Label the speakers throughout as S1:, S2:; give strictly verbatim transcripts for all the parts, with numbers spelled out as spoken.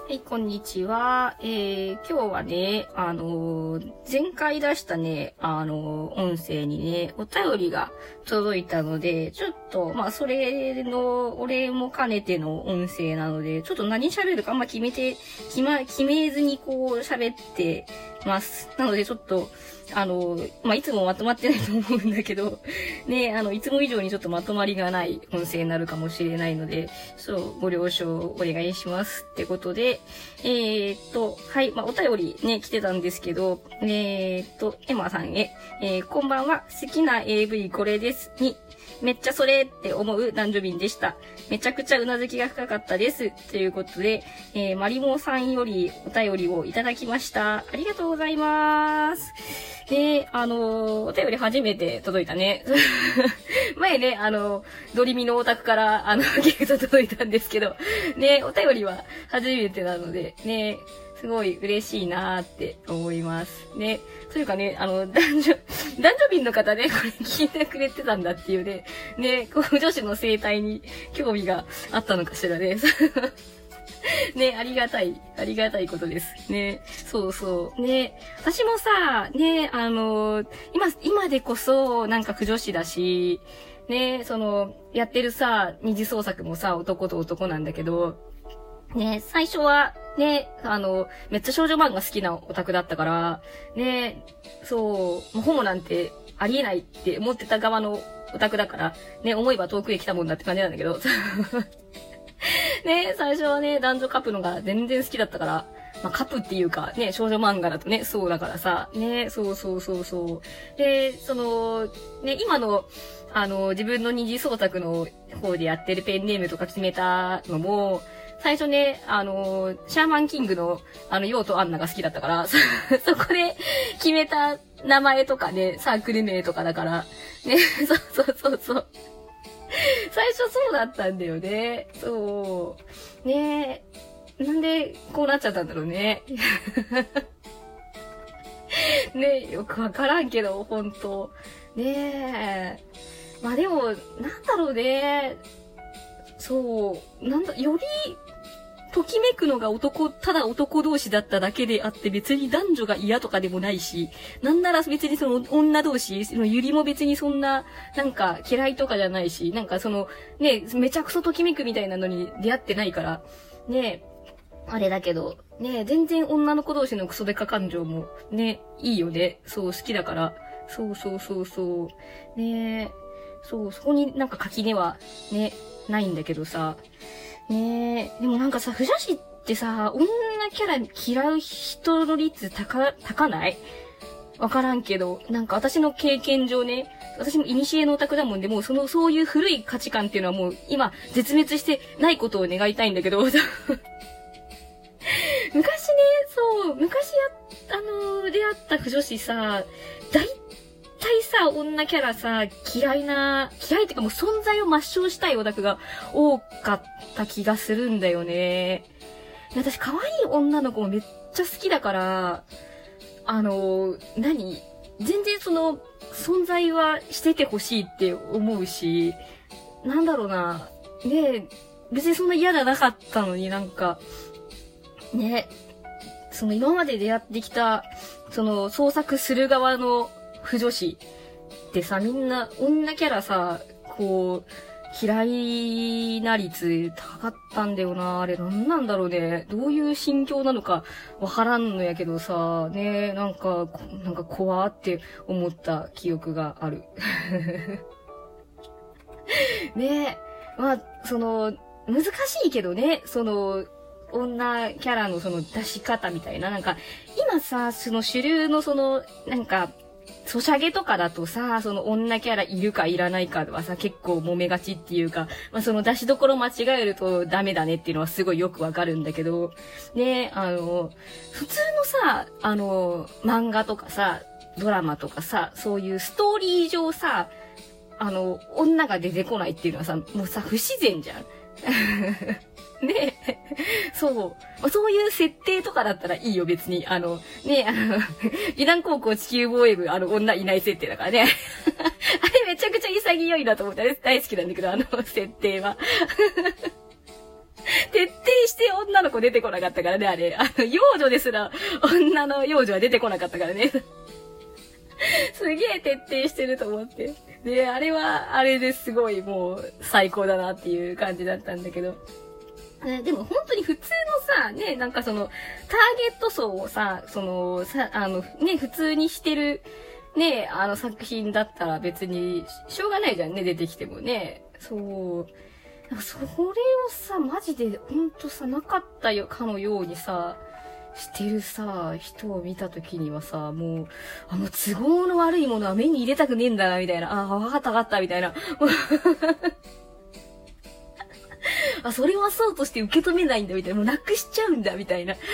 S1: はい、こんにちは。えー、今日はね、あのー、前回出したね、あのー、音声にね、お便りが届いたので、ちょっと、まあ、それの、お礼も兼ねての音声なので、ちょっと何喋るかあんま決めて、決ま、決めずにこう喋ってます。なので、ちょっと、あのー、まあ、いつもまとまってないと思うんだけど、ね、あの、いつも以上にちょっとまとまりがない音声になるかもしれないので、そう、ご了承お願いします。ってことで、えー、っと、はい、まあ、お便りね、来てたんですけど、えー、っと、エマさんへ、えー、こんばんは、好きな エーブイ これです。に、めっちゃそれって思う男女便でした。めちゃくちゃうなずきが深かったです。ということで、えー、マリモさんよりお便りをいただきました。ありがとうございます。で、あのー、お便り初めて届いたね。前ね、あのー、ドリミのオタクから、あの、ギフト届いたんですけど、ね、お便りは初めてなので、ね、すごい嬉しいなーって思います。ね。というかね、あの、男女、男女便の方ね、これ聞いてくれてたんだっていうね、ね、こう女子の生態に興味があったのかしらね。ね、ありがたい、ありがたいことです。ね、そうそう。ね、私もさ、ね、あの、今、今でこそ、なんか不女子だし、ね、その、やってるさ、二次創作もさ、男と男なんだけど、ね、最初は、ね、あの、めっちゃ少女漫画好きなオタクだったから、ね、そう、もうホモなんてありえないって思ってた側のオタクだから、ね、思えば遠くへ来たもんだって感じなんだけど、ね、最初はね、男女カップのが全然好きだったから、まあ、カップっていうか、ね、少女漫画だとね、そうだからさ、ね、そうそうそうそう。で、その、ね、今の、あの、自分の二次創作の方でやってるペンネームとか決めたのも、最初ね、あの、シャーマンキングの、あの、ヨウとアンナが好きだったから、そこで決めた名前とかね、サークル名とかだから、ね、そうそうそうそう。最初そうだったんだよね。そう。ねえ。なんでこうなっちゃったんだろうね。ねえ、よくわからんけど、ほんと。ねえ。まあでも、なんだろうね。そう。なんだ、より、ときめくのが男、ただ男同士だっただけであって別に男女が嫌とかでもないし、なんなら別にその女同士、そのゆりも別にそんな、なんか嫌いとかじゃないし、なんかその、ね、めちゃくそときめくみたいなのに出会ってないから、ね、あれだけど、ね、全然女の子同士のクソデカ感情も、ね、いいよね。そう、好きだから。そうそうそうそう。ね、そう、そこになんか垣根は、ね、ないんだけどさ、ねえ、でもなんかさ、不女子ってさ、女キャラ嫌う人の率高、高ないわからんけど、なんか私の経験上ね、私も古のオタクだもんで、もうその、そういう古い価値観っていうのはもう今、絶滅してないことを願いたいんだけど、昔ね、そう、昔や、あのー、出会った不女子さ、大体さ、女キャラさ、嫌いな、嫌いっていうかもう存在を抹消したいオタクが多かった気がするんだよね。私、可愛い女の子もめっちゃ好きだから、あの、何全然その、存在はしててほしいって思うし、なんだろうな、ね別にそんな嫌じゃなかったのになんか、ね、その今まで出会ってきた、その創作する側の不女子ってさ、みんな女キャラさ、こう、嫌いな率高かったんだよな。あれなんなんだろうね。どういう心境なのかわからんのやけどさ、ね、なんか、なんか怖って思った記憶がある。ね、まあ、その、難しいけどね、その、女キャラのその出し方みたいな、なんか、今さ、その主流のその、なんか、ソシャゲとかだとさ、その女キャラいるかいらないかはさ、結構揉めがちっていうか、まあその出しどころ間違えるとダメだねっていうのはすごいよくわかるんだけど、ね、あの、普通のさ、あの、漫画とかさ、ドラマとかさ、そういうストーリー上さ、あの、女が出てこないっていうのはさ、もうさ、不自然じゃん。ねそう。そういう設定とかだったらいいよ、別に。あの、ねあの、美男高校地球防衛部、あの、女いない設定だからね。あれめちゃくちゃ潔いなと思って、大好きなんだけど、あの設定は。 徹底して女の子出てこなかったからね、あれ。あの、幼女ですら、女の幼女は出てこなかったからね。すげえ徹底してると思って。で、あれは、あれですごいもう最高だなっていう感じだったんだけど。ね、でも本当に普通のさ、ね、なんかその、ターゲット層をさ、その、さ、あの、ね、普通にしてる、ね、あの作品だったら別に、しょうがないじゃんね、出てきてもね。そう。なんかそれをさ、マジで、ほんとさ、なかったよ、かのようにさ、してるさ、人を見たときにはさ、もう、あ、もう都合の悪いものは目に入れたくねえんだな、みたいな。あ、わかったわかった、みたいな。あ、それはそうとして受け止めないんだ、みたいな。もうなくしちゃうんだ、みたいな。ね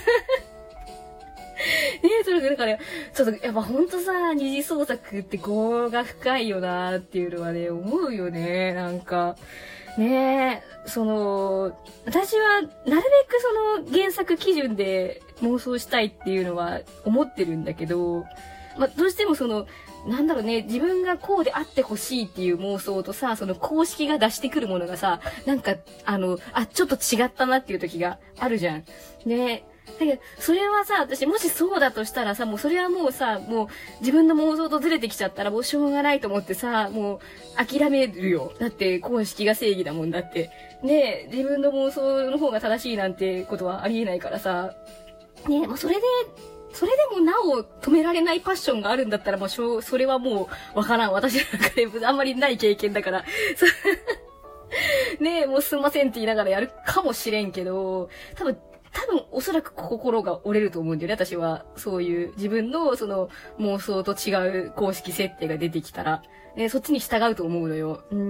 S1: え、それで、だから、ちょっと、やっぱほんとさ、二次創作って業が深いよなっていうのはね、思うよね、なんか。ねえ、その、私は、なるべくその原作基準で妄想したいっていうのは思ってるんだけど、まあ、どうしてもその、なんだろうね、自分がこうであってほしいっていう妄想とさ、その公式が出してくるものがさ、なんか、あの、あ、ちょっと違ったなっていう時があるじゃん。ね。だけど、それはさ、私もしそうだとしたらさ、もうそれはもうさ、もう自分の妄想とずれてきちゃったらもうしょうがないと思ってさ、もう諦めるよ。だって公式が正義だもんだって。ねえ、自分の妄想の方が正しいなんてことはありえないからさ。ねえ、もうそれで、それでもなお止められないパッションがあるんだったら、もうしょう、それはもうわからん。私の中であんまりない経験だから。ねえ、もうすんませんって言いながらやるかもしれんけど、多分、多分おそらく心が折れると思うんだよね、私は。そういう自分のその妄想と違う公式設定が出てきたら。ね、そっちに従うと思うのよ。うん。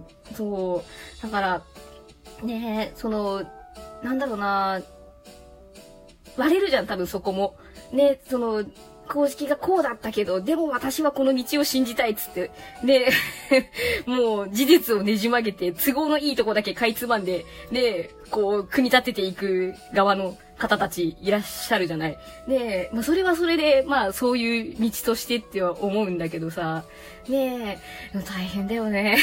S1: そう。だから、ね、その、なんだろうな、割れるじゃん、多分そこも。ね、その、公式がこうだったけど、でも私はこの道を信じたいっつって。で、もう事実をねじ曲げて、都合のいいとこだけかいつまんで、で、こう、組み立てていく側の方たちいらっしゃるじゃない。で、まあそれはそれで、まあそういう道としてっては思うんだけどさ、ねえ、大変だよね。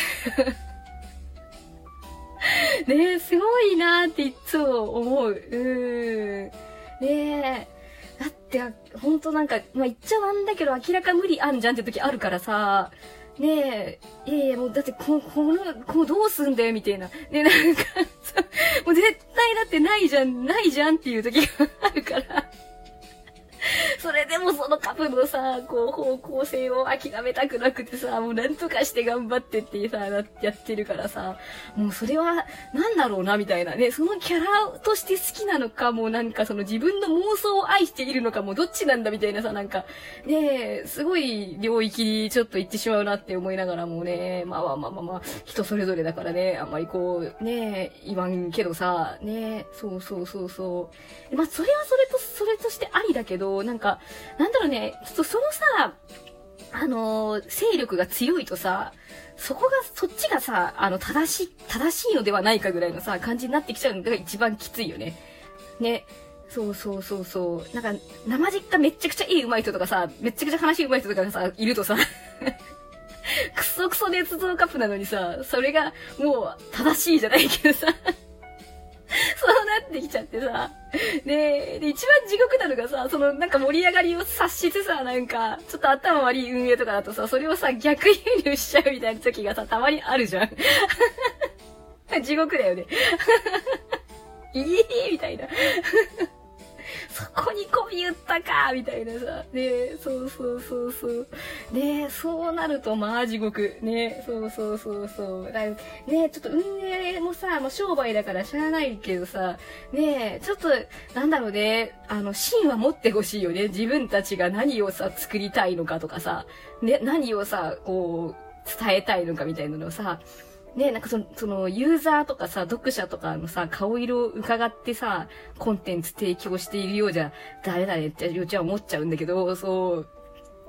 S1: ねえ、すごいなーっていつも思う。うーん。ねえ。だって、ほんとなんか、まあ、言っちゃなんだけど、明らか無理あんじゃんって時あるからさ、ねえ、いやいや、もうだって、こ、この、こうどうすんだよ、みたいな。ね、なんか、もう絶対だってないじゃん、ないじゃんっていう時があるから。それでもそのカプのさ、こう、方向性を諦めたくなくてさ、もうなんとかして頑張ってってさ、やってるからさ、もうそれは、なんだろうな、みたいなね、そのキャラとして好きなのか、もうなんかその自分の妄想を愛しているのか、もうどっちなんだ、みたいなさ、なんか、ねすごい領域にちょっと行ってしまうなって思いながらもね、まあまあまあまあまあ、人それぞれだからね、あんまりこう、ね言わんけどさ、ねそうそうそうそう。まあ、それはそれと、それとしてありだけど、なんか、なんだろうね、ちょっとそのさ、あのー、勢力が強いとさ、そこが、そっちがさ、あの、正しい、正しいのではないかぐらいのさ、感じになってきちゃうのが一番きついよね。ね。そうそうそうそう。なんか、生実家めっちゃくちゃいい上手い人とかさ、めっちゃくちゃ話上手い人とかがさ、いるとさ、クソクソ捏造カップなのにさ、それがもう正しいじゃないけどさ、そうなってきちゃってさ。で、で、一番地獄なのがさ、そのなんか盛り上がりを察してさ、なんか、ちょっと頭悪い運営とかだとさ、それをさ、逆輸入しちゃうみたいな時がさ、たまにあるじゃん。地獄だよね。いいみたいな。そこに込み打ったかみたいなさ。ねそうそうそうそう。ねそうなるとまあ地獄。ねそうそうそうそう。だねちょっと運営もさ、もう商売だからしゃあないけどさ、ねちょっと、なんだろうね、あの、芯は持ってほしいよね。自分たちが何をさ、作りたいのかとかさ、ね、何をさ、こう、伝えたいのかみたいなのをさ、ねなんかその、その、ユーザーとかさ、読者とかのさ、顔色を伺ってさ、コンテンツ提供しているようじゃ、誰だねって、りょうちゃん思っちゃうんだけど、そう、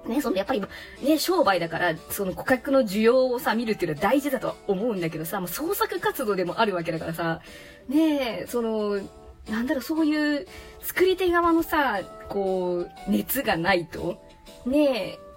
S1: ね、その、やっぱり、ね、商売だから、その顧客の需要をさ、見るっていうのは大事だとは思うんだけどさ、もう創作活動でもあるわけだからさ、ねその、なんだろう、そういう、作り手側のさ、こう、熱がないと、ね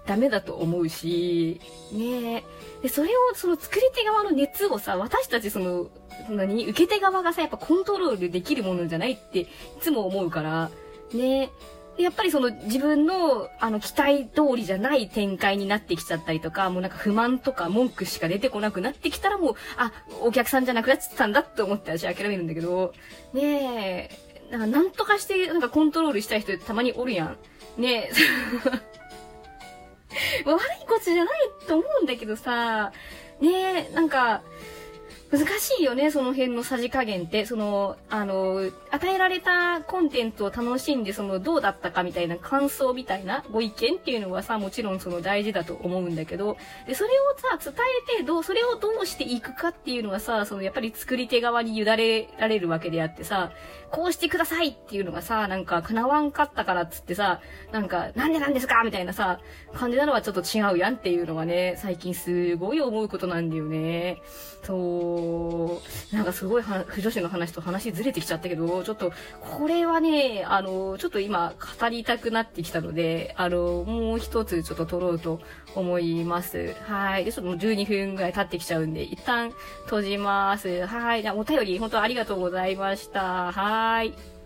S1: ダメだと思うし、ねえ。で、それを、その作り手側の熱をさ、私たちその、そんなに受け手側がさ、やっぱコントロールできるものじゃないっていつも思うから、ねえ。でやっぱりその自分のあの期待通りじゃない展開になってきちゃったりとか、もうなんか不満とか文句しか出てこなくなってきたらもう、あ、お客さんじゃなくなっちゃったんだって思って私諦めるんだけど、ねえ、なんかなんとかしてなんかコントロールしたい人たまにおるやん。ねえ。悪いことじゃないと思うんだけどさ、ねえ、なんか、難しいよね、その辺のさじ加減って。その、あの、与えられたコンテンツを楽しんで、その、どうだったかみたいな感想みたいなご意見っていうのはさ、もちろんその大事だと思うんだけど、で、それをさ、伝えて、どう、それをどうしていくかっていうのはさ、その、やっぱり作り手側に委ねられるわけであってさ、こうしてくださいっていうのがさ、なんか、叶わんかったからっつってさ、なんか、なんでなんですかみたいなさ、感じなのはちょっと違うやんっていうのがね、最近すごい思うことなんだよね。そう、なんかすごい不女子の話と話ずれてきちゃったけど、ちょっと、これはね、あの、ちょっと今語りたくなってきたので、あの、もう一つちょっと撮ろうと思います。はい。で、ちょっともうじゅうにふんぐらい経ってきちゃうんで、一旦閉じます。はい。じゃあお便り本当ありがとうございました。はい。